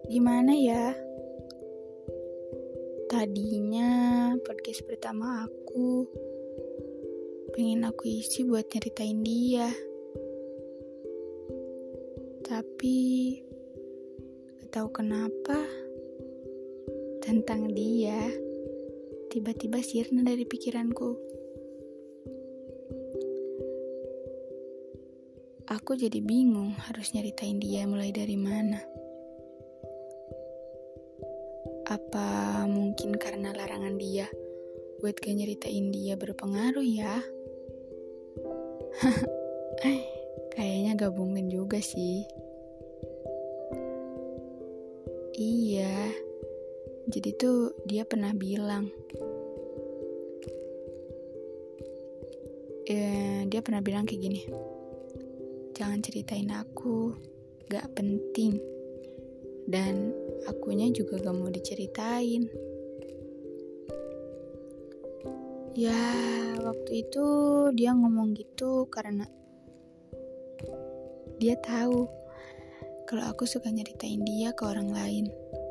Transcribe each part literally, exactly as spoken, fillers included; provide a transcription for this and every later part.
Gimana ya? Tadinya podcast pertama aku pengen aku isi buat nyeritain dia. Tapi gak tahu kenapa tentang dia tiba-tiba sirna dari pikiranku. Aku jadi bingung harus nyeritain dia mulai dari mana. Apa mungkin karena larangan dia buat gak nyeritain dia berpengaruh ya? Kayaknya gak mungkin juga sih. Iya, jadi tuh dia pernah bilang, eh, dia pernah bilang kayak gini, jangan ceritain aku, gak penting. Dan akunya juga gak mau diceritain. Ya, waktu itu dia ngomong gitu karena dia tahu kalau aku suka nyeritain dia ke orang lain.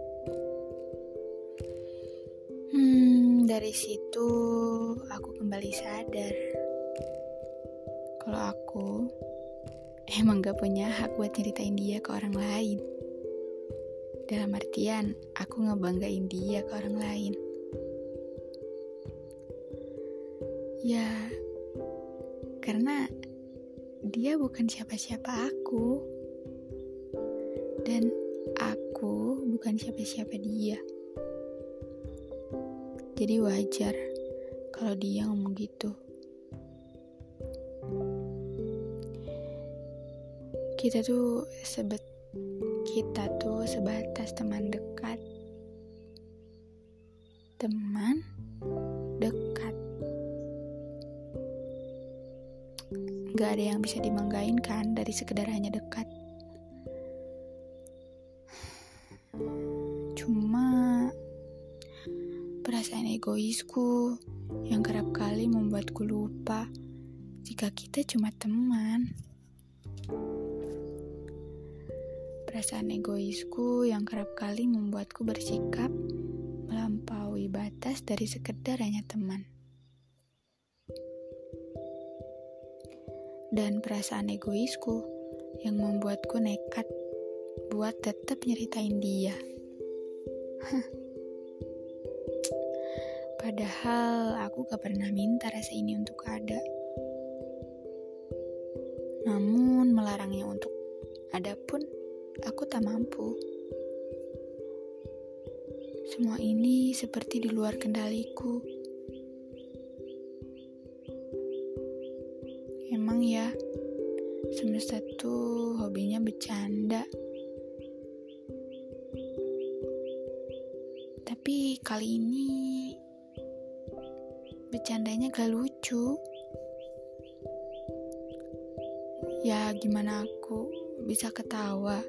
Hmm, dari situ aku kembali sadar kalau aku emang gak punya hak buat nyeritain dia ke orang lain. Dalam artian, aku ngebanggain dia ke orang lain. Ya, karena dia bukan siapa-siapa aku. Dan aku bukan siapa-siapa dia. Jadi wajar kalau dia ngomong gitu. Kita tuh sebet kita tuh sebatas teman dekat. Teman dekat. Gak ada yang bisa dibanggain kan dari sekedar hanya dekat. Cuma perasaan egoisku yang kerap kali membuatku lupa jika kita cuma teman. Perasaan egoisku yang kerap kali membuatku bersikap melampaui batas dari sekedar hanya teman. Dan perasaan egoisku yang membuatku nekat buat tetap nyeritain dia. Padahal aku gak pernah minta rasa ini untuk ada. Namun melarangnya untuk ada pun aku tak mampu. Semua ini seperti di luar kendaliku. Emang ya, semesta tuh hobinya bercanda. Tapi kali ini bercandanya gak lucu. Ya gimana aku bisa ketawa?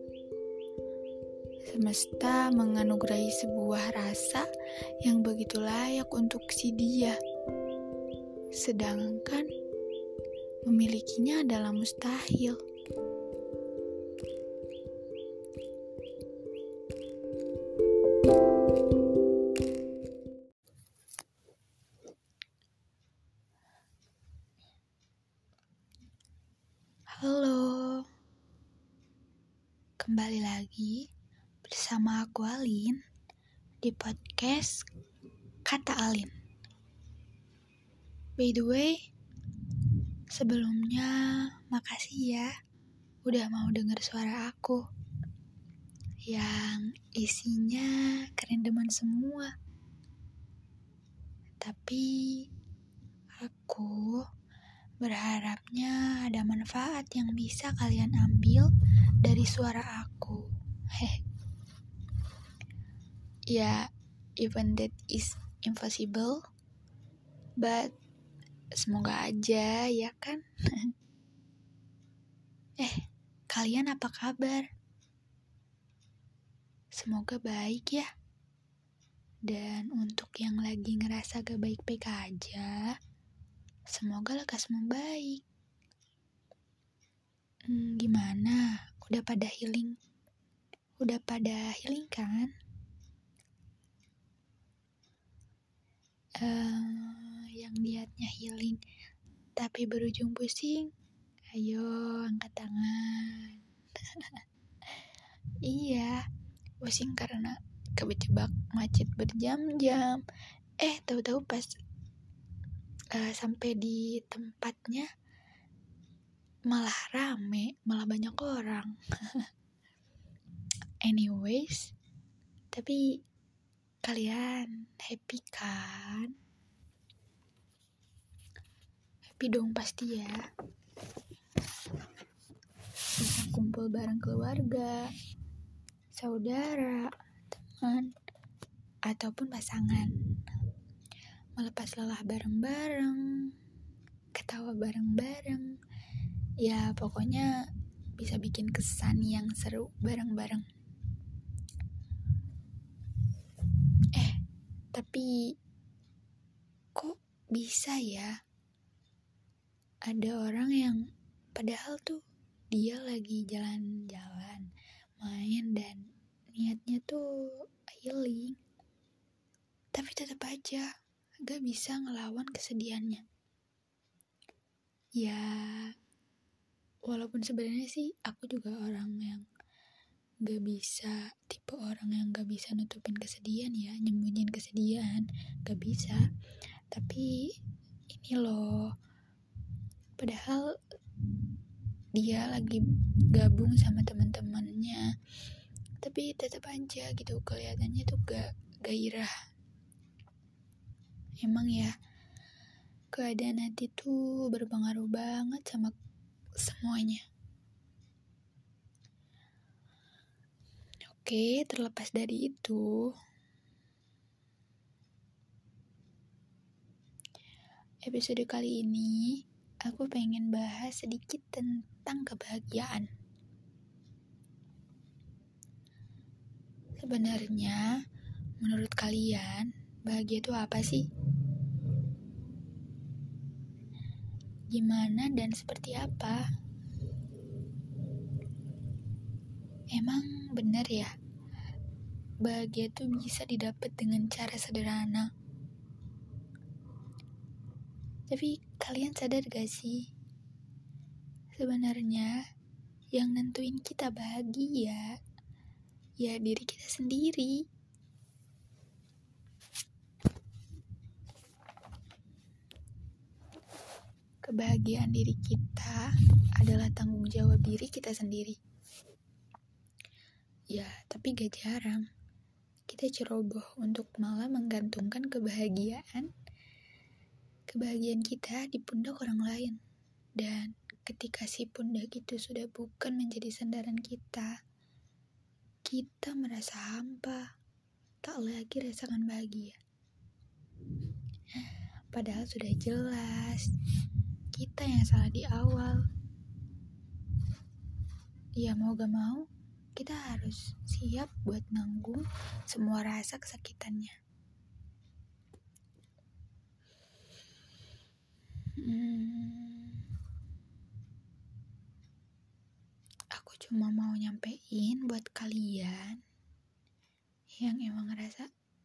Semesta menganugerahi sebuah rasa yang begitu layak untuk si dia. Sedangkan memilikinya adalah mustahil. Halo, kembali lagi bersama aku Alin di podcast Kata Alin. By the way, sebelumnya makasih ya udah mau denger suara aku yang isinya keren demen semua. Tapi aku berharapnya ada manfaat yang bisa kalian ambil dari suara aku. Heh. Ya, even that is impossible, but semoga aja ya kan. Eh, kalian apa kabar? Semoga baik ya. Dan untuk yang lagi ngerasa gak baik-baik aja, semoga lekas membaik. Hmm, gimana? Udah pada healing? Udah pada healing kan? Uh, yang niatnya healing tapi berujung pusing, ayo angkat tangan. Iya, pusing karena kejebak macet berjam-jam. Eh, tahu-tahu pas uh, sampai di tempatnya malah rame, malah banyak orang. Anyways, tapi kalian happy kan? Happy dong pasti ya. Bisa kumpul bareng keluarga, saudara, teman, ataupun pasangan. Melepas lelah bareng-bareng, ketawa bareng-bareng. Ya pokoknya bisa bikin kesan yang seru bareng-bareng. Eh, tapi kok bisa ya ada orang yang padahal tuh dia lagi jalan-jalan, main dan niatnya tuh healing, tapi tetap aja gak bisa ngelawan kesedihannya. Ya, walaupun sebenarnya sih aku juga orang yang gak bisa, tipe orang yang gak bisa nutupin kesedihan ya, nyembunyiin kesedihan, gak bisa. Tapi ini loh, padahal dia lagi gabung sama teman-temannya, tapi tetap aja gitu kelihatannya tuh gak gairah. Emang ya, keadaan hati tuh berpengaruh banget sama semuanya. Oke, terlepas dari itu, episode kali ini aku pengen bahas sedikit tentang kebahagiaan. Sebenarnya, menurut kalian, bahagia itu apa sih? Gimana dan seperti apa? Emang benar ya? Bahagia itu bisa didapat dengan cara sederhana. Tapi kalian sadar gak sih? Sebenarnya yang nentuin kita bahagia ya diri kita sendiri. Kebahagiaan diri kita adalah tanggung jawab diri kita sendiri. Ya, tapi gak jarang kita ceroboh untuk malah menggantungkan kebahagiaan kebahagiaan kita di pundak orang lain. Dan ketika si pundak itu sudah bukan menjadi sandaran kita, kita merasa hampa, tak lagi rasakan bahagia. Padahal sudah jelas kita yang salah di awal. Ya mau gak mau, kita harus siap buat nanggung semua rasa kesakitannya. Hmm, aku cuma mau nyampein buat kalian yang emang ngerasa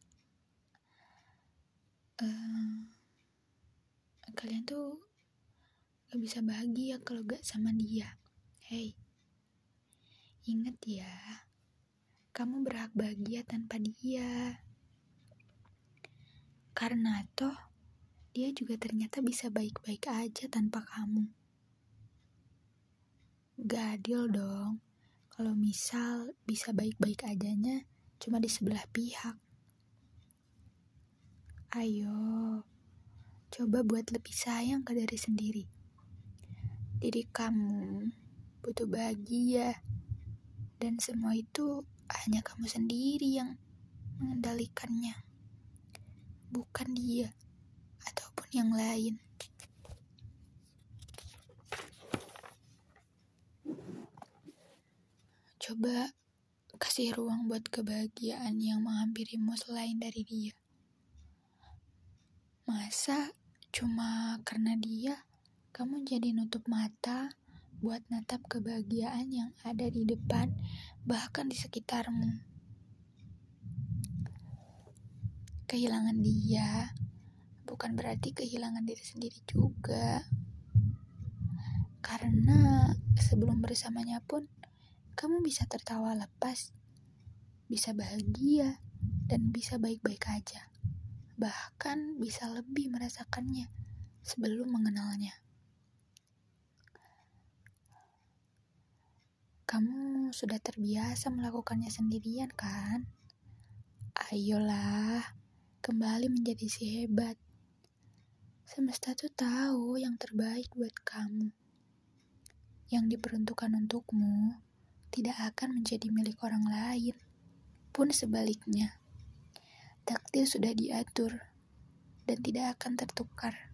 uh, kalian tuh gak bisa bahagia kalau gak sama dia. Hey, ingat ya, kamu berhak bahagia tanpa dia. Karena toh dia juga ternyata bisa baik-baik aja tanpa kamu. Gak adil dong kalau misal bisa baik-baik ajanya cuma di sebelah pihak. Ayo, coba buat lebih sayang ke diri sendiri. Diri kamu butuh bahagia, dan semua itu hanya kamu sendiri yang mengendalikannya, bukan dia ataupun yang lain. Coba kasih ruang buat kebahagiaan yang menghampirimu selain dari dia. Masa cuma karena dia kamu jadi nutup mata, buat natap kebahagiaan yang ada di depan, bahkan di sekitarmu. Kehilangan dia bukan berarti kehilangan diri sendiri juga. Karena sebelum bersamanya pun, kamu bisa tertawa lepas, bisa bahagia, dan bisa baik-baik aja. Bahkan bisa lebih merasakannya sebelum mengenalnya. Kamu sudah terbiasa melakukannya sendirian kan? Ayolah, kembali menjadi si hebat. Semesta tuh tahu yang terbaik buat kamu. Yang diperuntukkan untukmu tidak akan menjadi milik orang lain. Pun sebaliknya, takdir sudah diatur dan tidak akan tertukar.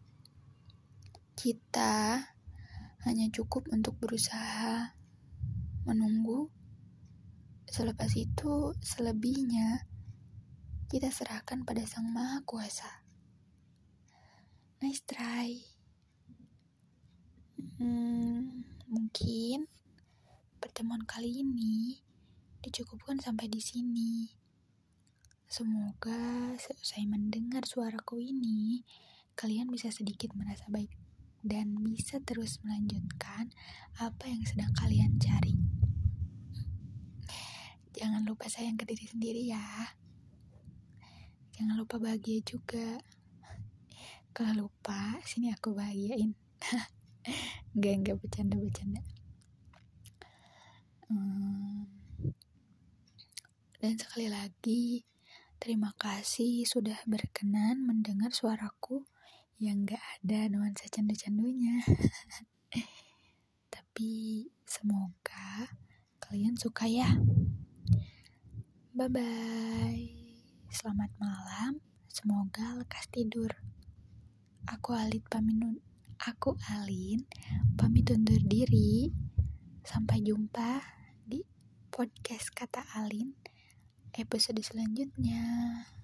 Kita hanya cukup untuk berusaha, menunggu. Selepas itu, selebihnya kita serahkan pada Sang Maha Kuasa. Nice try. Hmm, mungkin pertemuan kali ini dicukupkan sampai di sini. Semoga selesai mendengar suaraku ini, kalian bisa sedikit merasa baik dan bisa terus melanjutkan apa yang sedang kalian cari. Jangan lupa sayang ke diri sendiri ya. Jangan lupa bahagia juga. Kalau lupa, sini aku bahagiain. Enggak, enggak, bercanda-bercanda. Hmm. Dan sekali lagi, terima kasih sudah berkenan mendengar suaraku yang gak ada nuansa candu-candunya. Tapi semoga kalian suka ya. Bye-bye. Selamat malam. Semoga lekas tidur. Aku Alin pamit Aku Alin pamit undur diri. Sampai jumpa di podcast Kata Alin episode selanjutnya.